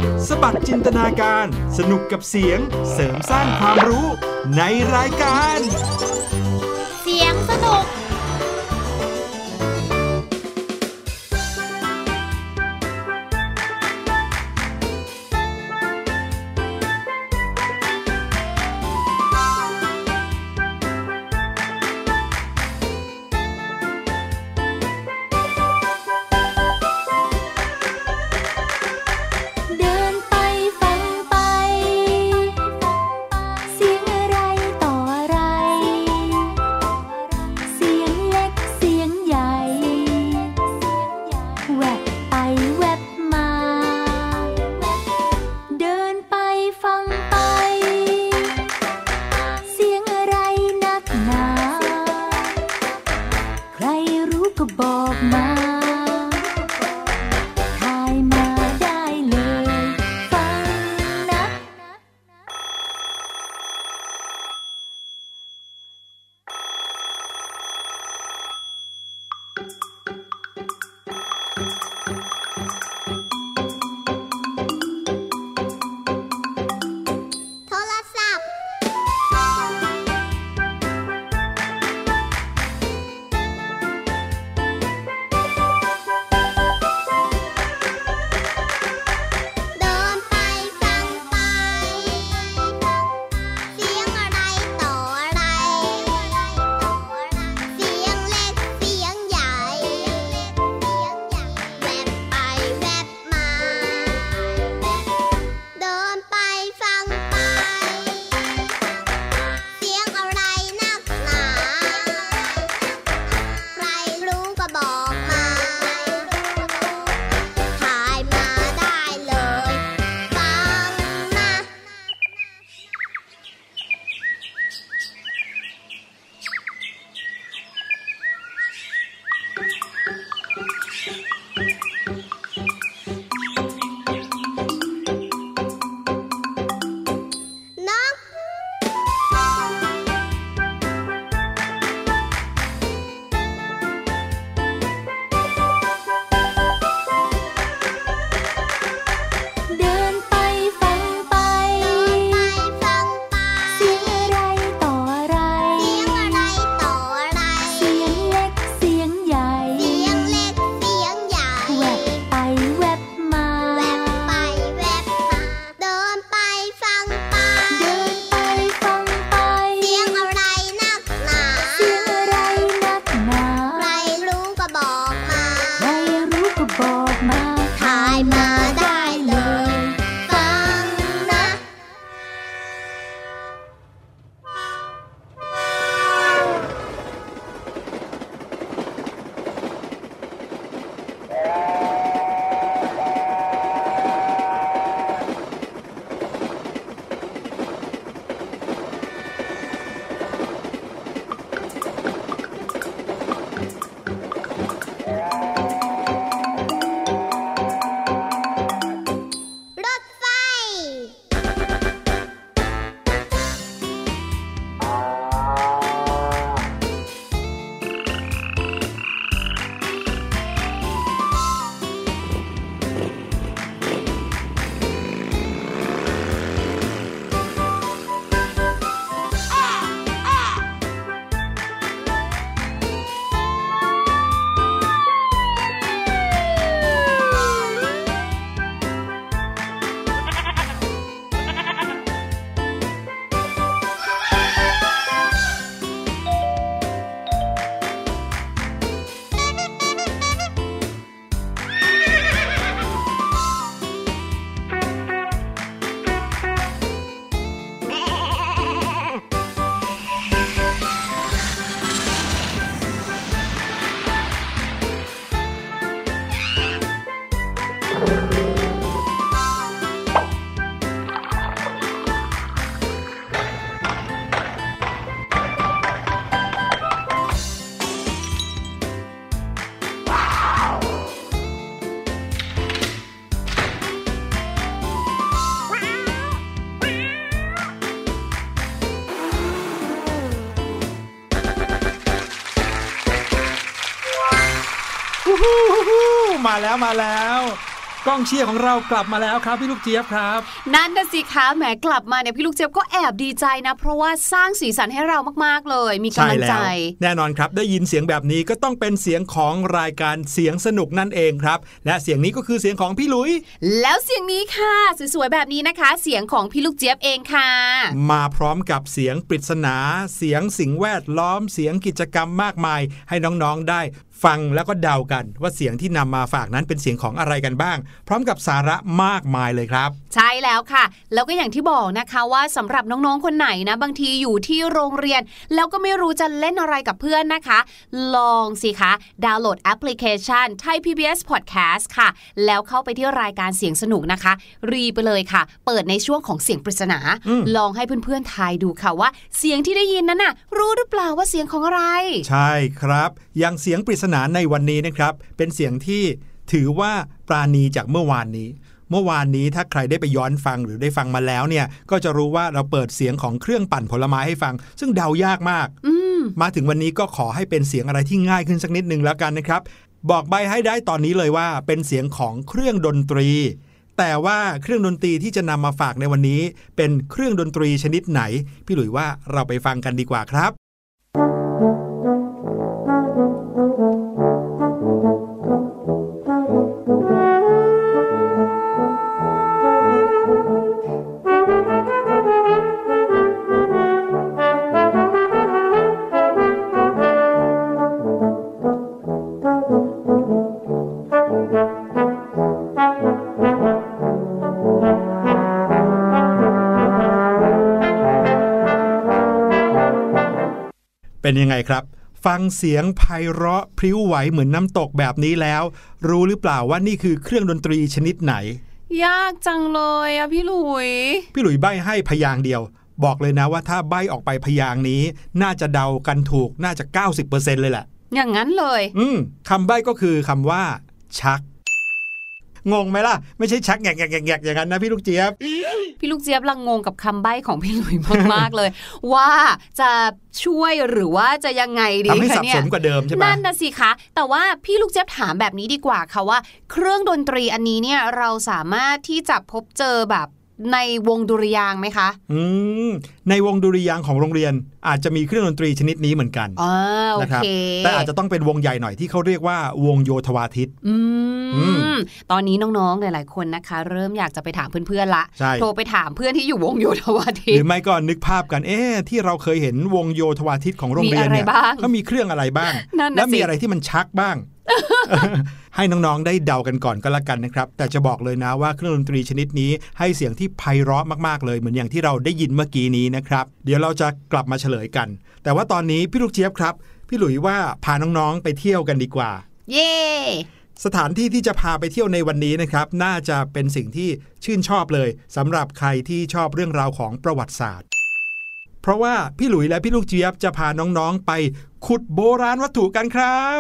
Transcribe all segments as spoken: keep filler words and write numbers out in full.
สบัดจินตนาการสนุกกับเสียงเสริมสร้างความรู้ในรายการเสียงสนุกมาแล้วมาแล้วกองเชียร์ของเรากลับมาแล้วครับพี่ลูกเจี๊ยบครับนั่นน่ะสิคะแหมกลับมาเนี่ยพี่ลูกเจี๊ยบก็แอบดีใจนะเพราะว่าสร้างสีสันให้เรามากๆเลยมีกำลังใจแน่นอนครับได้ยินเสียงแบบนี้ก็ต้องเป็นเสียงของรายการเสียงสนุกนั่นเองครับและเสียงนี้ก็คือเสียงของพี่ลุยแล้วเสียงนี้ค่ะสวยๆแบบนี้นะคะเสียงของพี่ลูกเจี๊ยบเองค่ะมาพร้อมกับเสียงปริศนาเสียงสิ่งแวดล้อมเสียงกิจกรรมมากมายให้น้องๆได้ฟังแล้วก็เดากันว่าเสียงที่นำมาฝากนั้นเป็นเสียงของอะไรกันบ้างพร้อมกับสาระมากมายเลยครับใช่แล้วค่ะแล้วก็อย่างที่บอกนะคะว่าสำหรับน้องๆคนไหนนะบางทีอยู่ที่โรงเรียนแล้วก็ไม่รู้จะเล่นอะไรกับเพื่อนนะคะลองสิคะดาวน์โหลดแอปพลิเคชัน Thai พี บี เอส Podcast ค่ะแล้วเข้าไปที่รายการเสียงสนุกนะคะรีไปเลยค่ะเปิดในช่วงของเสียงปริศนาลองให้เพื่อนๆทายดูค่ะว่าเสียงที่ได้ยินนั้นน่ะรู้หรือเปล่าว่าเสียงของอะไรใช่ครับอย่างเสียงปริศนาในวันนี้นะครับเป็นเสียงที่ถือว่าปราณีจากเมื่อวานนี้เมื่อวานนี้ถ้าใครได้ไปย้อนฟังหรือได้ฟังมาแล้วเนี่ยก็จะรู้ว่าเราเปิดเสียงของเครื่องปั่นผลไม้ให้ฟังซึ่งเดายากมากมมาถึงวันนี้ก็ขอให้เป็นเสียงอะไรที่ง่ายขึ้นสักนิดนึงแล้วกันนะครับบอกใบให้ได้ตอนนี้เลยว่าเป็นเสียงของเครื่องดนตรีแต่ว่าเครื่องดนตรีที่จะนำมาฝากในวันนี้เป็นเครื่องดนตรีชนิดไหนพี่หลุยว่าเราไปฟังกันดีกว่าครับเป็นยังไงครับฟังเสียงไพเราะพริ้วไหวเหมือนน้ำตกแบบนี้แล้วรู้หรือเปล่าว่านี่คือเครื่องดนตรีชนิดไหนยากจังเลยอะพี่หลุยพี่หลุยใบ้ให้พยางค์เดียวบอกเลยนะว่าถ้าใบ้ออกไปพยางค์นี้น่าจะเดากันถูกน่าจะ เก้าสิบเปอร์เซ็นต์ เลยแหละอย่างนั้นเลยอืมคำใบ้ก็คือคำว่าชักงงไหมล่ะไม่ใช่ชักแงกแงกแงกอย่างนั้นนะพี่ลูกเจี๊ยบพี่ลูกเจี๊ยบลังงงกับคำใบ้ของพี่หลุยมากๆเลยว่าจะช่วยหรือว่าจะยังไงดีคะเนี่ยทำให้สับสนกว่าเดิมใช่ไหมนั่นนะสิคะแต่ว่าพี่ลูกเจี๊ยบถามแบบนี้ดีกว่าค่ะว่าเครื่องดนตรีอันนี้เนี่ยเราสามารถที่จะพบเจอแบบในวงดุริยางค์ไหมคะอืมในวงดุริยางค์ของโรงเรียนอาจจะมีเครื่องดนตรีชนิดนี้เหมือนกันอ๋อโอเคแต่อาจจะต้องเป็นวงใหญ่หน่อยที่เขาเรียกว่าวงโยธวาทิตอืมตอนนี้น้องๆหลายๆคนนะคะเริ่มอยากจะไปถามเพื่อนๆละโทรไปถามเพื่อนที่อยู่วงโยธวาทิตหรือไม่ก็นึกภาพกันเอ๊ะที่เราเคยเห็นวงโยธวาทิตของโรงเรียนเนี่ยเขามีเครื่องอะไรบ้างแล้วมีอะไรที่มันชักบ้างให้น้องๆได้เดากันก่อนก็แล้วกันนะครับแต่จะบอกเลยนะว่าเครื่องดนตรีชนิดนี้ให้เสียงที่ไพเราะมากๆเลยเหมือนอย่างที่เราได้ยินเมื่อกี้นี้นะครับเดี๋ยวเราจะกลับมาเฉลยกันแต่ว่าตอนนี้พี่ลูกเจี๊ยบครับพี่หลุยว่าพาน้องๆไปเที่ยวกันดีกว่าเย้สถานที่ที่จะพาไปเที่ยวในวันนี้นะครับน่าจะเป็นสิ่งที่ชื่นชอบเลยสำหรับใครที่ชอบเรื่องราวของประวัติศาสตร์เพราะว่าพี่หลุยและพี่ลูกเจี๊ยบจะพาน้องๆไปขุดโบราณวัตถุกันครับ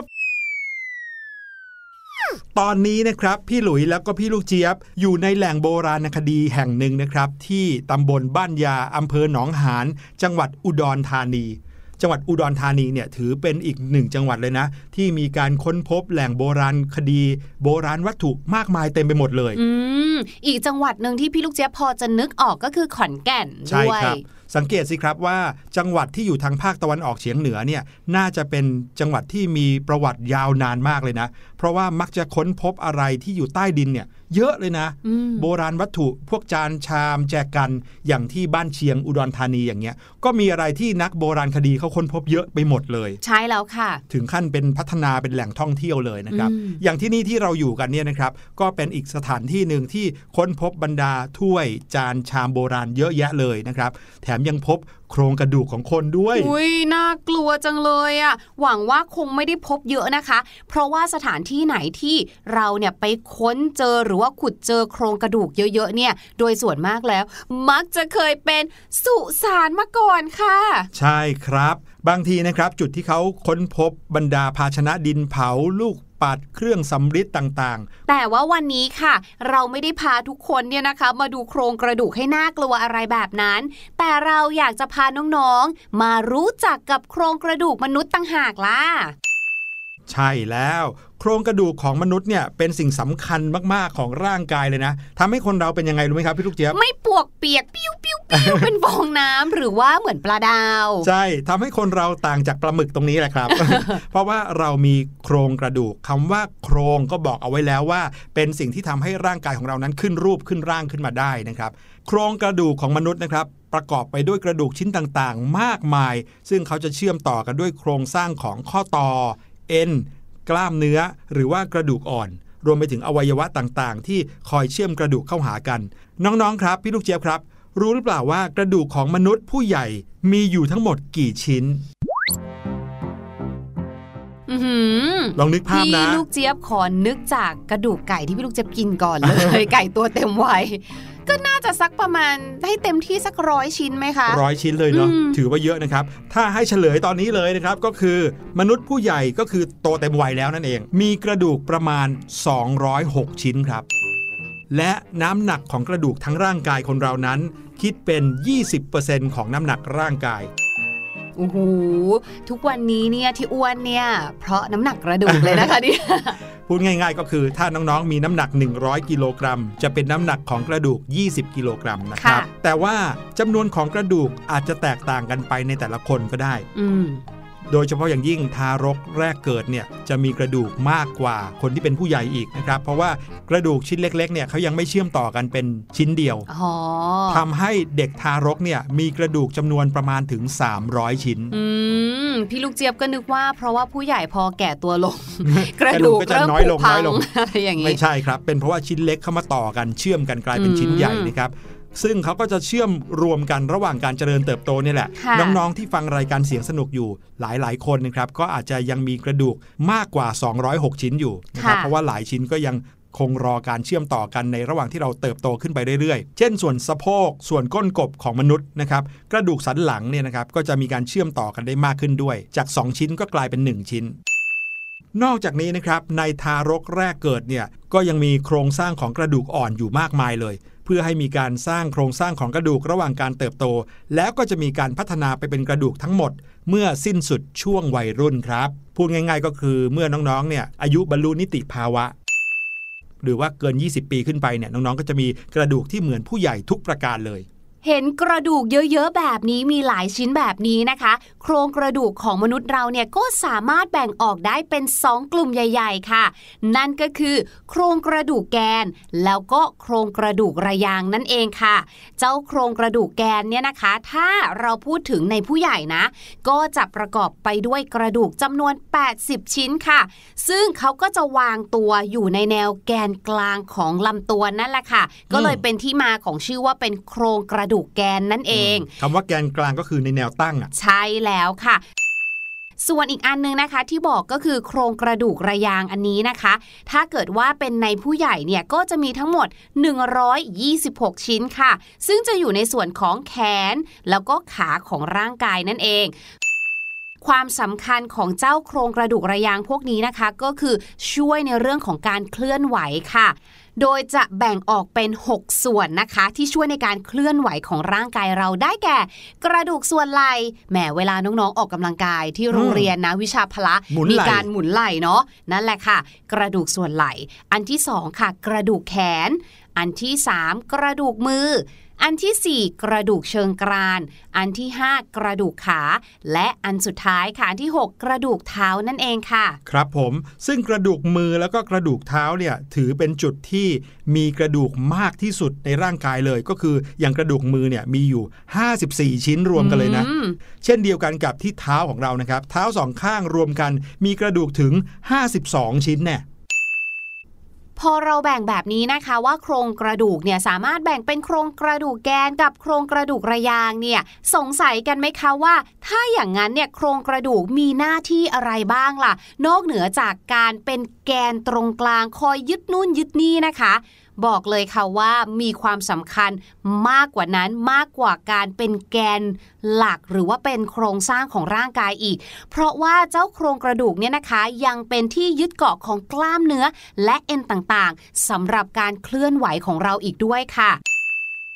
ตอนนี้นะครับพี่หลุยแล้วก็พี่ลูกเจี๊ยบอยู่ในแหล่งโบราณคดีแห่งหนึ่งนะครับที่ตำบลบ้านยาอำเภอหนองหานจังหวัดอุดรธานีจังหวัดอุดรธานีเนี่ยถือเป็นอีกหนึ่งจังหวัดเลยนะที่มีการค้นพบแหล่งโบราณคดีโบราณวัตถุมากมายเต็มไปหมดเลยอืมอีกจังหวัดนึงที่พี่ลูกเจี๊ยบพอจะนึกออกก็คือขอนแก่นด้วยใช่ครับสังเกตสิครับว่าจังหวัดที่อยู่ทางภาคตะวันออกเฉียงเหนือเนี่ยน่าจะเป็นจังหวัดที่มีประวัติยาวนานมากเลยนะเพราะว่ามักจะค้นพบอะไรที่อยู่ใต้ดินเนี่ยเยอะเลยนะโบราณวัตถุพวกจานชามแจกันอย่างที่บ้านเชียงอุดรธานีอย่างเงี้ยก็มีอะไรที่นักโบราณคดีเขาค้นพบเยอะไปหมดเลยใช่แล้วค่ะถึงขั้นเป็นพัฒนาเป็นแหล่งท่องเที่ยวเลยนะครับอย่างที่นี่ที่เราอยู่กันเนี่ยนะครับก็เป็นอีกสถานที่หนึ่งที่ค้นพบบรรดาถ้วยจานชามโบราณเยอะแยะเลยนะครับแถมยังพบโครงกระดูกของคนด้วยอุ้ยน่ากลัวจังเลยอ่ะหวังว่าคงไม่ได้พบเยอะนะคะเพราะว่าสถานที่ไหนที่เราเนี่ยไปค้นเจอหรือว่าขุดเจอโครงกระดูกเยอะๆเนี่ยโดยส่วนมากแล้วมักจะเคยเป็นสุสานมาก่อนค่ะใช่ครับบางทีนะครับจุดที่เขาค้นพบบรรดาภาชนะดินเผาลูกปัดเครื่องสำริดต่างๆแต่ว่าวันนี้ค่ะเราไม่ได้พาทุกคนเนี่ยนะคะมาดูโครงกระดูกให้น่ากลัวอะไรแบบนั้นแต่เราอยากจะพาน้องๆมารู้จักกับโครงกระดูกมนุษย์ต่างหากล่ะใช่แล้วโครงกระดูกของมนุษย์เนี่ยเป็นสิ่งสำคัญมากๆของร่างกายเลยนะทำให้คนเราเป็นยังไงรู้ไหมครับพี่ลูกเจี๊ยบไม่ปวกเปียกปิ้วปิ้วปิ้ว เป็นฟองน้ำหรือว่าเหมือนปลาดาวใช่ทำให้คนเราต่างจากปลาหมึกตรงนี้แหละครับ เพราะว่าเรามีโครงกระดูกคำว่าโครงก็บอกเอาไว้แล้วว่าเป็นสิ่งที่ทำให้ร่างกายของเรานั้นขึ้นรูปขึ้นร่างขึ้นมาได้นะครับโครงกระดูกของมนุษย์นะครับประกอบไปด้วยกระดูกชิ้นต่างๆมากมายซึ่งเขาจะเชื่อมต่อกันด้วยโครงสร้างของข้อต่อเอ็นกล้ามเนื้อหรือว่ากระดูกอ่อนรวมไปถึงอวัยวะต่างๆที่คอยเชื่อมกระดูกเข้าหากันน้องๆครับพี่ลูกเจี๊ยบครับรู้หรือเปล่าว่ากระดูกของมนุษย์ผู้ใหญ่มีอยู่ทั้งหมดกี่ชิ้นลองนึกภาพนะพี่ลูกเจี๊ยบขอนึกจากกระดูกไก่ที่พี่ลูกเจี๊ยบกินก่อนเลย ไก่ตัวเต็มวัยก็น่าจะสักประมาณให้เต็มที่สักร้อยชิ้นไหมคะร้อยชิ้นเลยเนาะถือว่าเยอะนะครับถ้าให้เฉลยตอนนี้เลยนะครับก็คือมนุษย์ผู้ใหญ่ก็คือโตเต็มวัยแล้วนั่นเองมีกระดูกประมาณสองร้อยหกชิ้นครับและน้ำหนักของกระดูกทั้งร่างกายคนเรานั้นคิดเป็น ยี่สิบเปอร์เซ็นต์ ของน้ำหนักร่างกายโอ้โหทุกวันนี้เนี่ยที่อ้วนเนี่ยเพราะน้ำหนักกระดูกเลยนะคะเนี่ยพูดง่ายๆก็คือถ้าน้องๆมีน้ำหนักหนึ่งร้อยกิโลกรัมจะเป็นน้ำหนักของกระดูกยี่สิบกิโลกรัมนะครับแต่ว่าจำนวนของกระดูกอาจจะแตกต่างกันไปในแต่ละคนก็ได้อืมโดยเฉพาะอย่างยิ่งทารกแรกเกิดเนี่ยจะมีกระดูกมากกว่าคนที่เป็นผู้ใหญ่อีกนะครับเพราะว่ากระดูกชิ้นเล็กๆเนี่ยเขายังไม่เชื่อมต่อกันเป็นชิ้นเดียวทำให้เด็กทารกเนี่ยมีกระดูกจำนวนประมาณถึงสามร้อยชิ้นอืมพี่ลูกเจี๊ยบก็นึกว่าเพราะว่าผู้ใหญ่พอแก่ตัวลงกระดูกก็จะน้อยลงน้อยลงอะไรอย่างงี้ไม่ใช่ครับเป็นเพราะว่าชิ้นเล็กเข้ามาต่อกันเชื่อมกันกลายเป็นชิ้นใหญ่นะครับซึ่งเขาก็จะเชื่อมรวมกันระหว่างการเจริญเติบโตนี่แหละน้องๆที่ฟังรายการเสียงสนุกอยู่หลายๆคนนะครับก็อาจจะยังมีกระดูกมากกว่าสองร้อยหกชิ้นอยู่นะครับเพราะว่าหลายชิ้นก็ยังคงรอการเชื่อมต่อกันในระหว่างที่เราเติบโตขึ้นไปเรื่อยๆเช่นส่วนสะโพกส่วนก้นกบของมนุษย์นะครับกระดูกสันหลังเนี่ยนะครับก็จะมีการเชื่อมต่อกันได้มากขึ้นด้วยจากสองชิ้นก็กลายเป็นหนึ่งชิ้นนอกจากนี้นะครับในทารกแรกเกิดเนี่ยก็ยังมีโครงสร้างของกระดูกอ่อนอยู่มากมายเลยเพื่อให้มีการสร้างโครงสร้างของกระดูกระหว่างการเติบโตแล้วก็จะมีการพัฒนาไปเป็นกระดูกทั้งหมดเมื่อสิ้นสุดช่วงวัยรุ่นครับพูดง่ายๆก็คือเมื่อน้องๆเนี่ยอายุบรรลุนิติภาวะหรือว่าเกินยี่สิบปีขึ้นไปเนี่ยน้องๆก็จะมีกระดูกที่เหมือนผู้ใหญ่ทุกประการเลยเห็นกระดูกเยอะๆแบบนี้มีหลายชิ้นแบบนี้นะคะโครงกระดูกของมนุษย์เราเนี่ยก็สามารถแบ่งออกได้เป็นสองกลุ่มใหญ่ๆค่ะนั่นก็คือโครงกระดูกแกนแล้วก็โครงกระดูกระยางนั่นเองค่ะเจ้าโครงกระดูกแกนเนี่ยนะคะถ้าเราพูดถึงในผู้ใหญ่นะก็จะประกอบไปด้วยกระดูกจำนวนแปดสิบชิ้นค่ะซึ่งเขาก็จะวางตัวอยู่ในแนวแกนกลางของลำตัวนั่นแหละค่ะก็เลยเป็นที่มาของชื่อว่าเป็นโครงกระดูกแกนนั่นเองคำว่าแกนกลางก็คือในแนวตั้งอ่ะใช่แล้วค่ะส่วนอีกอันนึงนะคะที่บอกก็คือโครงกระดูกระยางอันนี้นะคะถ้าเกิดว่าเป็นในผู้ใหญ่เนี่ยก็จะมีทั้งหมดหนึ่งร้อยยี่สิบหกชิ้นค่ะซึ่งจะอยู่ในส่วนของแขนแล้วก็ขาของร่างกายนั่นเองความสำคัญของเจ้าโครงกระดูกระยางพวกนี้นะคะก็คือช่วยในเรื่องของการเคลื่อนไหวค่ะโดยจะแบ่งออกเป็นหกส่วนนะคะที่ช่วยในการเคลื่อนไหวของร่างกายเราได้แก่กระดูกส่วนไหล่แหมเวลาน้องๆออกกำลังกายที่โรงเรียนนะวิชาพละมีการหมุนไหล่เนาะนั่นแหละค่ะกระดูกส่วนไหล่อันที่สองค่ะกระดูกแขนอันที่สามกระดูกมืออันที่สี่กระดูกเชิงกรานอันที่ห้ากระดูกขาและอันสุดท้ายค่ะอันที่หกกระดูกเท้านั่นเองค่ะครับผมซึ่งกระดูกมือแล้วก็กระดูกเท้าเนี่ยถือเป็นจุดที่มีกระดูกมากที่สุดในร่างกายเลยก็คืออย่างกระดูกมือเนี่ยมีอยู่ห้าสิบสี่ชิ้นรวมกันเลยนะเช่นเดียวกันกับที่เท้าของเรานะครับเท้าสองข้างรวมกันมีกระดูกถึงห้าสิบสองชิ้นแน่พอเราแบ่งแบบนี้นะคะว่าโครงกระดูกเนี่ยสามารถแบ่งเป็นโครงกระดูกแกนกับโครงกระดูกระยางเนี่ยสงสัยกันไหมคะว่าถ้าอย่างนั้นเนี่ยโครงกระดูกมีหน้าที่อะไรบ้างล่ะนอกเหนือจากการเป็นแกนตรงกลางคอยยึดนู่นยึดนี่นะคะบอกเลยค่ะว่ามีความสำคัญมากกว่านั้นมากกว่าการเป็นแกนหลักหรือว่าเป็นโครงสร้างของร่างกายอีกเพราะว่าเจ้าโครงกระดูกเนี่ยนะคะยังเป็นที่ยึดเกาะของกล้ามเนื้อและเอ็นต่างๆสำหรับการเคลื่อนไหวของเราอีกด้วยค่ะ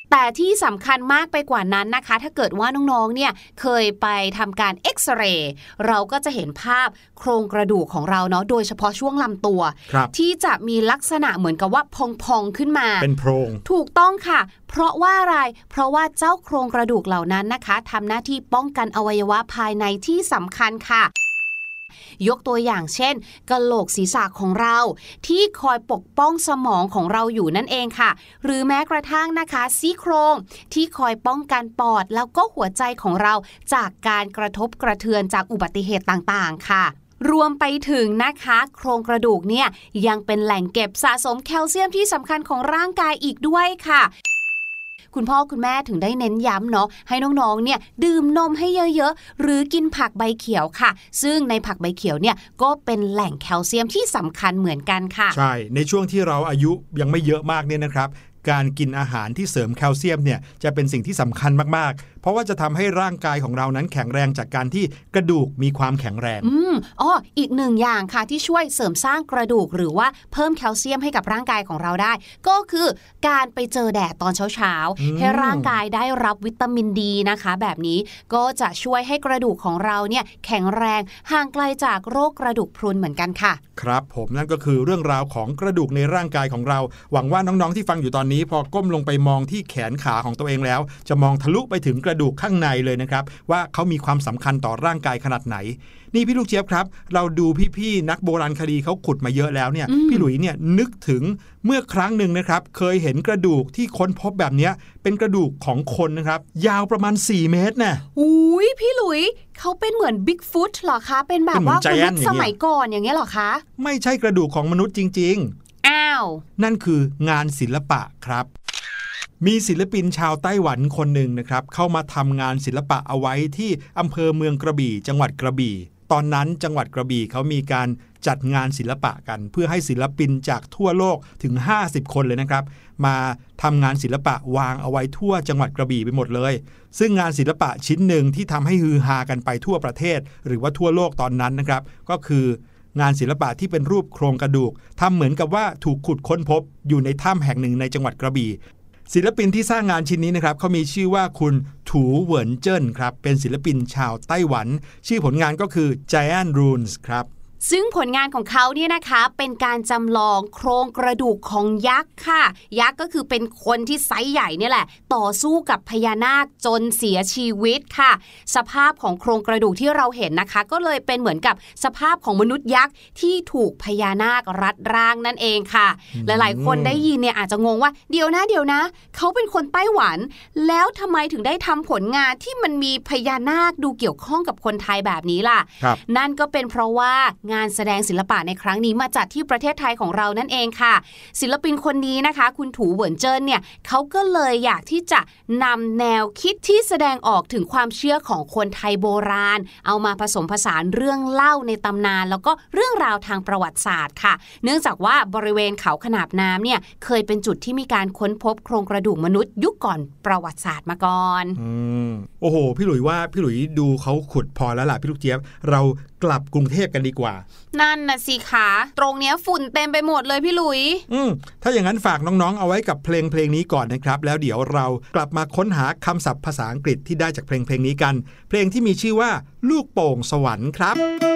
แต่ที่สำคัญมากไปกว่านั้นนะคะถ้าเกิดว่าน้องๆเนี่ยเคยไปทำการเอ็กซเรย์เราก็จะเห็นภาพโครงกระดูกของเราเนาะโดยเฉพาะช่วงลำตัวที่จะมีลักษณะเหมือนกับว่าพองๆขึ้นมาเป็นโพรงถูกต้องค่ะเพราะว่าอะไรเพราะว่าเจ้าโครงกระดูกเหล่านั้นนะคะทำหน้าที่ป้องกันอวัยวะภายในที่สำคัญค่ะยกตัวอย่างเช่นกะโหลกศีรษะของเราที่คอยปกป้องสมองของเราอยู่นั่นเองค่ะหรือแม้กระทั่งนะคะซี่โครงที่คอยป้องกันปอดแล้วก็หัวใจของเราจากการกระทบกระเทือนจากอุบัติเหตุต่างๆค่ะรวมไปถึงนะคะโครงกระดูกเนี่ยยังเป็นแหล่งเก็บสะสมแคลเซียมที่สำคัญของร่างกายอีกด้วยค่ะคุณพ่อคุณแม่ถึงได้เน้นย้ำเนาะให้น้องๆเนี่ยดื่มนมให้เยอะๆหรือกินผักใบเขียวค่ะซึ่งในผักใบเขียวเนี่ยก็เป็นแหล่งแคลเซียมที่สำคัญเหมือนกันค่ะใช่ในช่วงที่เราอายุยังไม่เยอะมากเนี่ยนะครับการกินอาหารที่เสริมแคลเซียมเนี่ยจะเป็นสิ่งที่สำคัญมากๆเพราะว่าจะทำให้ร่างกายของเรานั้นแข็งแรงจากการที่กระดูกมีความแข็งแรงอืมอ๋ออีกหนึ่งอย่างค่ะที่ช่วยเสริมสร้างกระดูกหรือว่าเพิ่มแคลเซียมให้กับร่างกายของเราได้ก็คือการไปเจอแดดตอนเช้าๆให้ร่างกายได้รับวิตามินดีนะคะแบบนี้ก็จะช่วยให้กระดูกของเราเนี่ยแข็งแรงห่างไกลจากโรคกระดูกพรุนเหมือนกันค่ะครับผมนั่นก็คือเรื่องราวของกระดูกในร่างกายของเราหวังว่าน้องๆที่ฟังอยู่ตอนนี้พอก้มลงไปมองที่แขนขาของตัวเองแล้วจะมองทะลุไปถึงกระดูกข้างในเลยนะครับว่าเขามีความสำคัญต่อร่างกายขนาดไหนนี่พี่ลูกเจี๊ยบครับเราดูพี่ๆนักโบราณคดีเขาขุดมาเยอะแล้วเนี่ยพี่หลุยเนี่ยนึกถึงเมื่อครั้งหนึ่งนะครับเคยเห็นกระดูกที่ค้นพบแบบนี้เป็นกระดูกของคนนะครับยาวประมาณสี่เมตรนะอุ้ยพี่หลุยเขาเป็นเหมือนบิ๊กฟุตเหรอคะเป็นแบบว่ามนุษย์สมัยก่อนอย่างเงี้ยเหรอคะไม่ใช่กระดูกของมนุษย์จริงๆอ้าวนั่นคืองานศิลปะครับมีศิลปินชาวไต้หวันคนหนึ่งนะครับเข้ามาทำงานศิลปะเอาไว้ที่อำเภอเมืองกระบี่จังหวัดกระบี่ตอนนั้นจังหวัดกระบี่เขามีการจัดงานศิลปะกันเพื่อให้ศิลปินจากทั่วโลกถึงห้าสิบคนเลยนะครับมาทำงานศิลปะวางเอาไว้ทั่วจังหวัดกระบี่ไปหมดเลยซึ่งงานศิลปะชิ้นหนึ่งที่ทำให้ฮือฮากันไปทั่วประเทศหรือว่าทั่วโลกตอนนั้นนะครับก็คืองานศิลปะที่เป็นรูปโครงกระดูกทำเหมือนกับว่าถูกขุดค้นพบอยู่ในถ้ำแห่งหนึ่งในจังหวัดกระบี่ศิลปินที่สร้างงานชิ้นนี้นะครับเขามีชื่อว่าคุณถูเหวินเจิ้นครับเป็นศิลปินชาวไต้หวันชื่อผลงานก็คือ Giant Runes ครับซึ่งผลงานของเขาเนี่ยนะคะเป็นการจำลองโครงกระดูกของยักษ์ค่ะยักษ์ก็คือเป็นคนที่ไซส์ใหญ่เนี่ยแหละต่อสู้กับพญานาคจนเสียชีวิตค่ะสภาพของโครงกระดูกที่เราเห็นนะคะก็เลยเป็นเหมือนกับสภาพของมนุษย์ยักษ์ที่ถูกพญานาครัดร่างนั่นเองค่ะหลายๆคนได้ยินเนี่ยอาจจะงงว่าเดี๋ยวนะเดี๋ยวนะเขาเป็นคนไต้หวันแล้วทำไมถึงได้ทำผลงานที่มันมีพญานาคดูเกี่ยวข้องกับคนไทยแบบนี้ล่ะนั่นก็เป็นเพราะว่างานแสดงศิลปะในครั้งนี้มาจัดที่ประเทศไทยของเรานั่นเองค่ะศิลปินคนนี้นะคะคุณถูเหวินเจิ้นเนี่ยเขาก็เลยอยากที่จะนำแนวคิดที่แสดงออกถึงความเชื่อของคนไทยโบราณเอามาผสมผสานเรื่องเล่าในตำนานแล้วก็เรื่องราวทางประวัติศาสตร์ค่ะเนื่องจากว่าบริเวณเขาขนาบน้ำเนี่ยเคยเป็นจุดที่มีการค้นพบโครงกระดูกมนุษย์ยุคก่อนประวัติศาสตร์มาก่อนอืมโอ้โหพี่หลุยว่าพี่หลุยดูเขาขุดพอแล้วล่ะพี่ลูกเจี๊ยบเรากลับกรุงเทพกันดีกว่านั่นน่ะสิคะตรงเนี้ยฝุ่นเต็มไปหมดเลยพี่หลุยอืมถ้าอย่างนั้นฝากน้องๆเอาไว้กับเพลงเพลงนี้ก่อนนะครับแล้วเดี๋ยวเรากลับมาค้นหาคำศัพท์ภาษาอังกฤษที่ได้จากเพลงเพลงนี้กันเพลงที่มีชื่อว่าลูกโป่งสวรรค์ครับ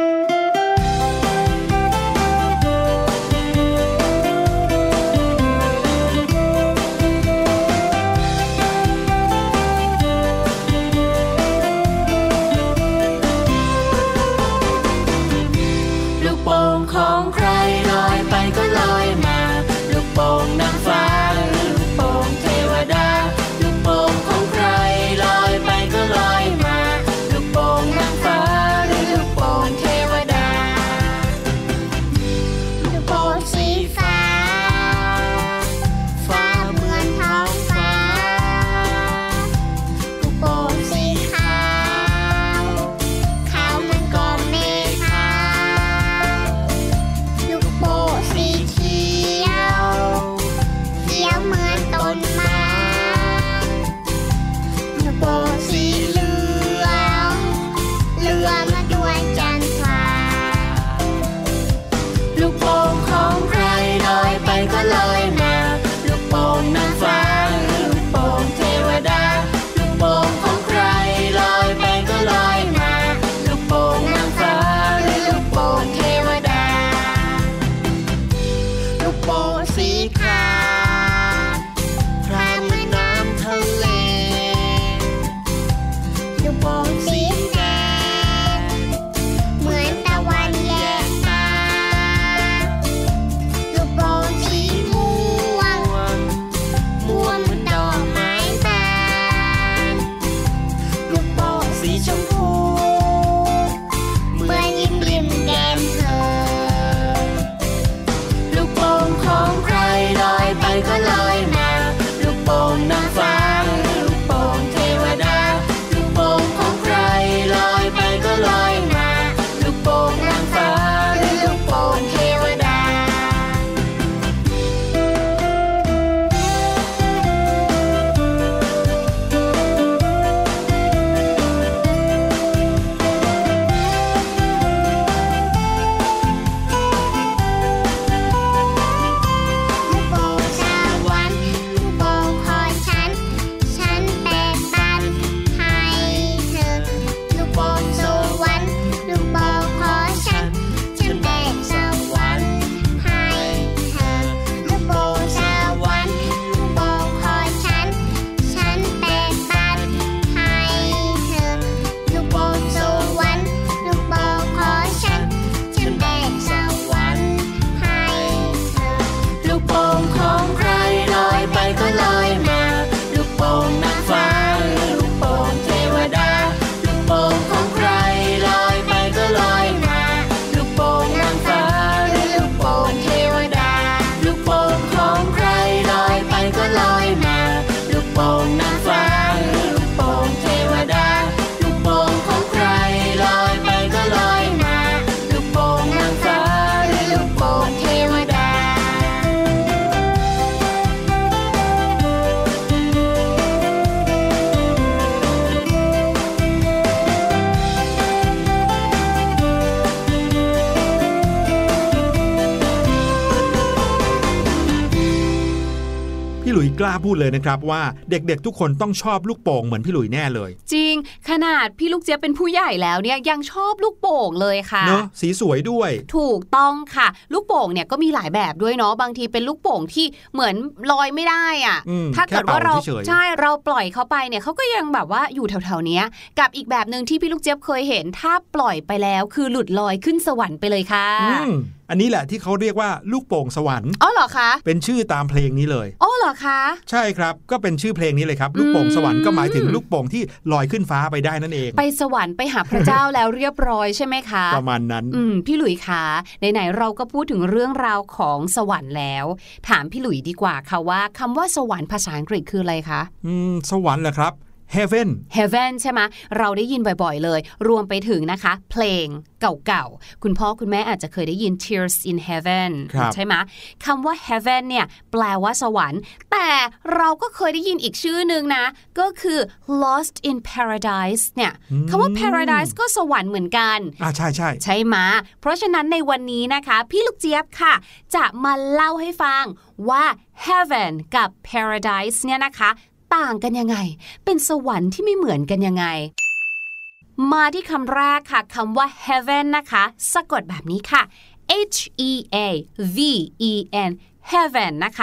ของใครลอยไปก็ลอยมาลูกโป่งนางฟ้าลูกโป่งเทวดาลูกโป่งของใครลอยไปก็ลอยมาลูกโป่งนางฟ้าหรือลูกโป่งเทวพี่หลุยกล้าพูดเลยนะครับว่าเด็กๆทุกคนต้องชอบลูกโป่งเหมือนพี่หลุยแน่เลยจริงขนาดพี่ลูกเจี๊ยบเป็นผู้ใหญ่แล้วเนี่ยยังชอบลูกโป่งเลยค่ะเนอะสีสวยด้วยถูกต้องค่ะลูกโป่งเนี่ยก็มีหลายแบบด้วยเนาะบางทีเป็นลูกโป่งที่เหมือนลอยไม่ได้อ่ะถ้าเกิดว่าเราใช่เราปล่อยเขาไปเนี่ยเขาก็ยังแบบว่าอยู่แถวๆนี้กับอีกแบบนึงที่พี่ลูกเจี๊ยบเคยเห็นถ้าปล่อยไปแล้วคือหลุดลอยขึ้นสวรรค์ไปเลยค่ะอันนี้แหละที่เขาเรียกว่าลูกโป่งสวรรค์อ๋อเหรอคะเป็นชื่อตามเพลงนี้เลยอ๋อเหรอคะใช่ครับก็เป็นชื่อเพลงนี้เลยครับลูกโป่งสวรรค์ก็หมายถึงลูกโป่งที่ลอยขึ้นฟ้าไปได้นั่นเองไปสวรรค์ไปหาพระเจ้าแล้วเรียบร้อยใช่ไหมคะประมาณนั้นอืมพี่หลุยคะไหนๆเราก็พูดถึงเรื่องราวของสวรรค์แล้วถามพี่หลุยดีกว่าค่ะว่าคำว่าสวรรค์ภาษาอังกฤษคืออะไรคะอืมสวรรค์เหรอครับHeaven Heaven ใช่ไหมเราได้ยินบ่อยๆเลยรวมไปถึงนะคะเพลงเก่าๆคุณพ่อคุณแม่อาจจะเคยได้ยิน Tears in Heaven ใช่ไหมคำว่า Heaven เนี่ยแปลว่าสวรรค์แต่เราก็เคยได้ยินอีกชื่อนึงนะก็คือ Lost in Paradise เนี่ยคำว่า Paradise ก็สวรรค์เหมือนกันอ่าใช่ใช่ใช่ไหมเพราะฉะนั้นในวันนี้นะคะพี่ลูกเจี๊ยบค่ะจะมาเล่าให้ฟังว่า Heaven กับ Paradise เนี่ยนะคะต่างกันยังไงเป็นสวรรค์ที่ไม่เหมือนกันยังไงมาที่คำแรกค่ะคำว่า heaven นะคะสะกดแบบนี้ค่ะ H E A V E N heaven นะคะ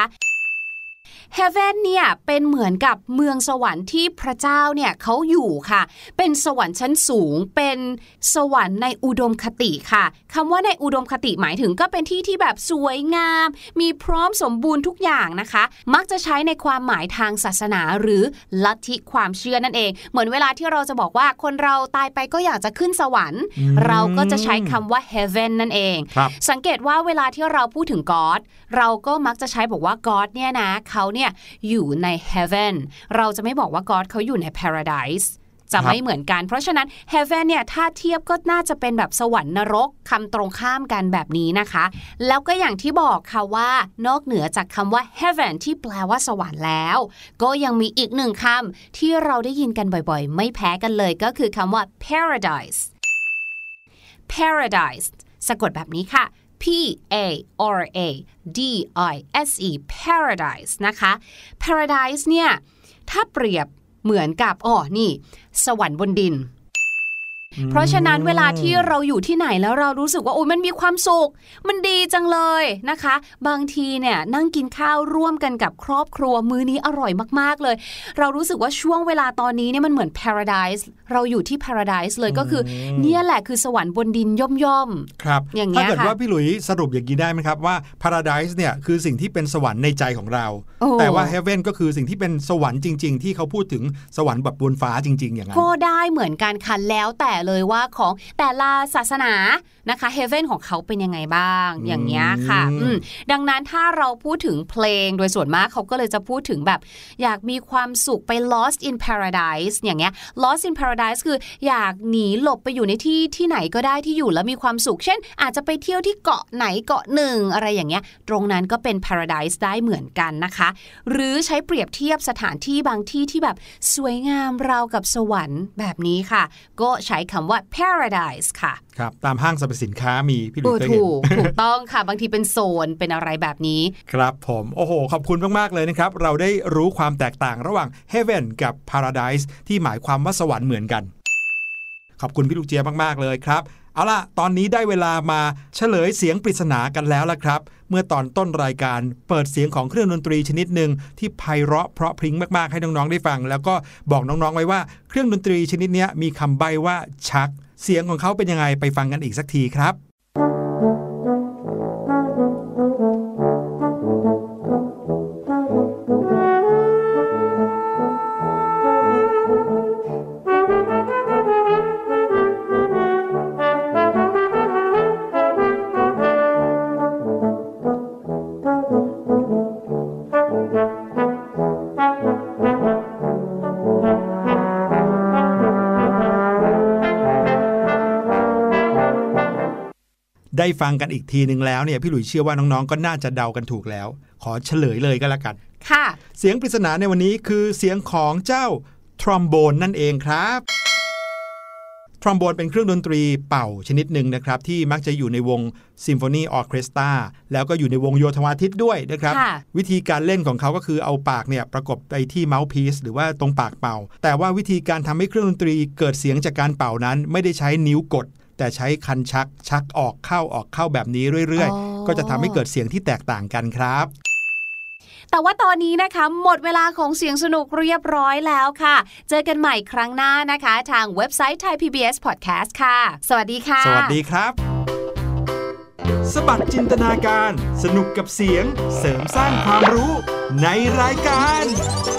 Heaven เนี่ยเป็นเหมือนกับเมืองสวรรค์ที่พระเจ้าเนี่ยเขาอยู่ค่ะเป็นสวรรค์ชั้นสูงเป็นสวรรค์ในอุดมคติค่ะคำว่าในอุดมคติหมายถึงก็เป็นที่ที่แบบสวยงามมีพร้อมสมบูรณ์ทุกอย่างนะคะมักจะใช้ในความหมายทางศาสนาหรือลัทธิความเชื่อนั่นเองเหมือนเวลาที่เราจะบอกว่าคนเราตายไปก็อยากจะขึ้นสวรรค์เราก็จะใช้คำว่า heaven นั่นเองสังเกตว่าเวลาที่เราพูดถึง God เราก็มักจะใช้บอกว่า God เนี่ยนะเขาเนี่ยอยู่ใน heaven เราจะไม่บอกว่า God เขาอยู่ใน paradise จะไม่เหมือนกันเพราะฉะนั้น heaven เนี่ยถ้าเทียบก็น่าจะเป็นแบบสวรรค์นรกคำตรงข้ามกันแบบนี้นะคะแล้วก็อย่างที่บอกค่ะว่านอกเหนือจากคำว่า heaven ที่แปลว่าสวรรค์แล้วก็ยังมีอีกหนึ่งคำที่เราได้ยินกันบ่อยๆไม่แพ้กันเลยก็คือคำว่า paradise paradise สะกดแบบนี้ค่ะP A R A D I S E Paradise นะคะ Paradise เนี่ยถ้าเปรียบเหมือนกับอ๋อนี่สวรรค์บนดินเพราะฉะนั้นเวลาที่เราอยู่ที่ไหนแล้วเรารู้สึกว่าโอ้ยมันมีความสุขมันดีจังเลยนะคะบางทีเนี่ยนั่งกินข้าวร่วมกันกับครอบครัวมื้อนี้อร่อยมากๆเลยเรารู้สึกว่าช่วงเวลาตอนนี้เนี่ยมันเหมือน Paradise เราอยู่ที่ Paradise เลยก็คือเนี่ยแหละคือสวรรค์บนดินย่อมๆครับอย่างเงี้ยค่ะถ้าเกิดว่าพี่หลุยสรุปอย่างนี้ได้ไหมครับว่า Paradise เนี่ยคือสิ่งที่เป็นสวรรค์ในใจของเราแต่ว่า Heaven ก็คือสิ่งที่เป็นสวรรค์จริงๆที่เขาพูดถึงสวรรค์แบบบนฟ้าจริงๆอย่างนั้นก็ได้เหมือนกันค่ะแล้วแต่เลยว่าของแต่ละศาสนานะคะ Heaven ของเขาเป็นยังไงบ้างอย่างเงี้ยค่ะดังนั้นถ้าเราพูดถึงเพลงโดยส่วนมากเขาก็เลยจะพูดถึงแบบอยากมีความสุขไป Lost in Paradise อย่างเงี้ย Lost in Paradise คืออยากหนีหลบไปอยู่ในที่ที่ไหนก็ได้ที่อยู่แล้วมีความสุขเช่นอาจจะไปเที่ยวที่เกาะไหนเกาะหนึ่งอะไรอย่างเงี้ยตรงนั้นก็เป็น Paradise ได้เหมือนกันนะคะหรือใช้เปรียบเทียบสถานที่บางที่ที่แบบสวยงามราวกับสวรรค์แบบนี้ค่ะก็ใช้คำว่า Paradise ค่ะครับตามห้างสรรพสินค้ามีพี่หลุยเคยเห็นถูกถูกต้องค่ะบางทีเป็นโซนเป็นอะไรแบบนี้ครับผมโอ้โหขอบคุณมากๆเลยนะครับเราได้รู้ความแตกต่างระหว่าง Heaven กับ Paradise ที่หมายความว่าสวรรค์เหมือนกันขอบคุณพี่ลูกเจี๊ยบมากๆเลยครับเอาล่ะตอนนี้ได้เวลามาเฉลยเสียงปริศนากันแล้วล่ะครับเมื่อตอนต้นรายการเปิดเสียงของเครื่องดนตรีชนิดหนึ่งที่ไพเราะเพราะพริ้งมากๆให้น้องๆได้ฟังแล้วก็บอกน้องๆไว้ว่าเครื่องดนตรีชนิดนี้มีคำใบ้ว่าชักเสียงของเขาเป็นยังไงไปฟังกันอีกสักทีครับได้ฟังกันอีกทีนึงแล้วเนี่ยพี่หลุยเชื่อว่าน้องๆก็น่าจะเดากันถูกแล้วขอเฉลยเลยก็แล้วกันค่ะเสียงปริศนาในวันนี้คือเสียงของเจ้าทรอมโบนนั่นเองครับททรอมโบนเป็นเครื่องดนตรีเป่าชนิดหนึ่งนะครับที่มักจะอยู่ในวงซิมโฟนีออร์เคสตราแล้วก็อยู่ในวงโยธวาทิตด้วยนะครับวิธีการเล่นของเขาก็คือเอาปากเนี่ยประกบไปที่เมาส์พีซหรือว่าตรงปากเป่าแต่ว่าวิธีการทำให้เครื่องดนตรีเกิดเสียงจากการเป่านั้นไม่ได้ใช้นิ้วกดแต่ใช้คันชักชักออกเข้าออกเข้าแบบนี้เรื่อยๆก็จะทำให้เกิดเสียงที่แตกต่างกันครับแต่ว่าตอนนี้นะคะหมดเวลาของเสียงสนุกเรียบร้อยแล้วค่ะเจอกันใหม่ครั้งหน้านะคะทางเว็บไซต์ Thai พี บี เอส Podcast ค่ะสวัสดีค่ะสวัสดีครับสบัดจินตนาการสนุกกับเสียงเสริมสร้างความรู้ในรายการ